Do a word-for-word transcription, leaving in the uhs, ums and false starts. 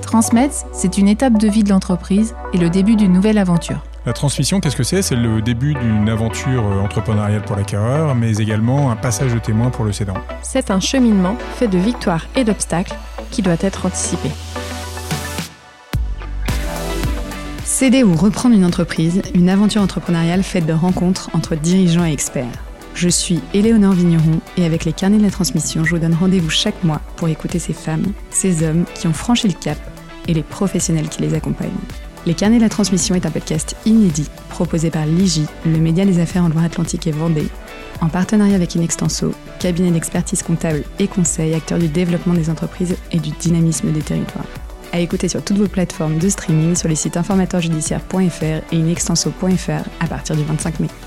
Transmettre, c'est une étape de vie de l'entreprise et le début d'une nouvelle aventure. La transmission, qu'est-ce que c'est ? C'est le début d'une aventure entrepreneuriale pour l'acquéreur, mais également un passage de témoin pour le cédant. C'est un cheminement fait de victoires et d'obstacles qui doit être anticipé. Céder ou reprendre une entreprise, une aventure entrepreneuriale faite de rencontres entre dirigeants et experts. Je suis Éléonore Vigneron et avec les carnets de la transmission, je vous donne rendez-vous chaque mois pour écouter ces femmes, ces hommes qui ont franchi le cap et les professionnels qui les accompagnent. Les carnets de la transmission est un podcast inédit proposé par l'I J, le média des affaires en Loire-Atlantique et Vendée, en partenariat avec Inextenso, cabinet d'expertise comptable et conseil, acteur du développement des entreprises et du dynamisme des territoires. À écouter sur toutes vos plateformes de streaming, sur les sites informateur judiciaire point f r et inextenso point f r à partir du vingt-cinq mai.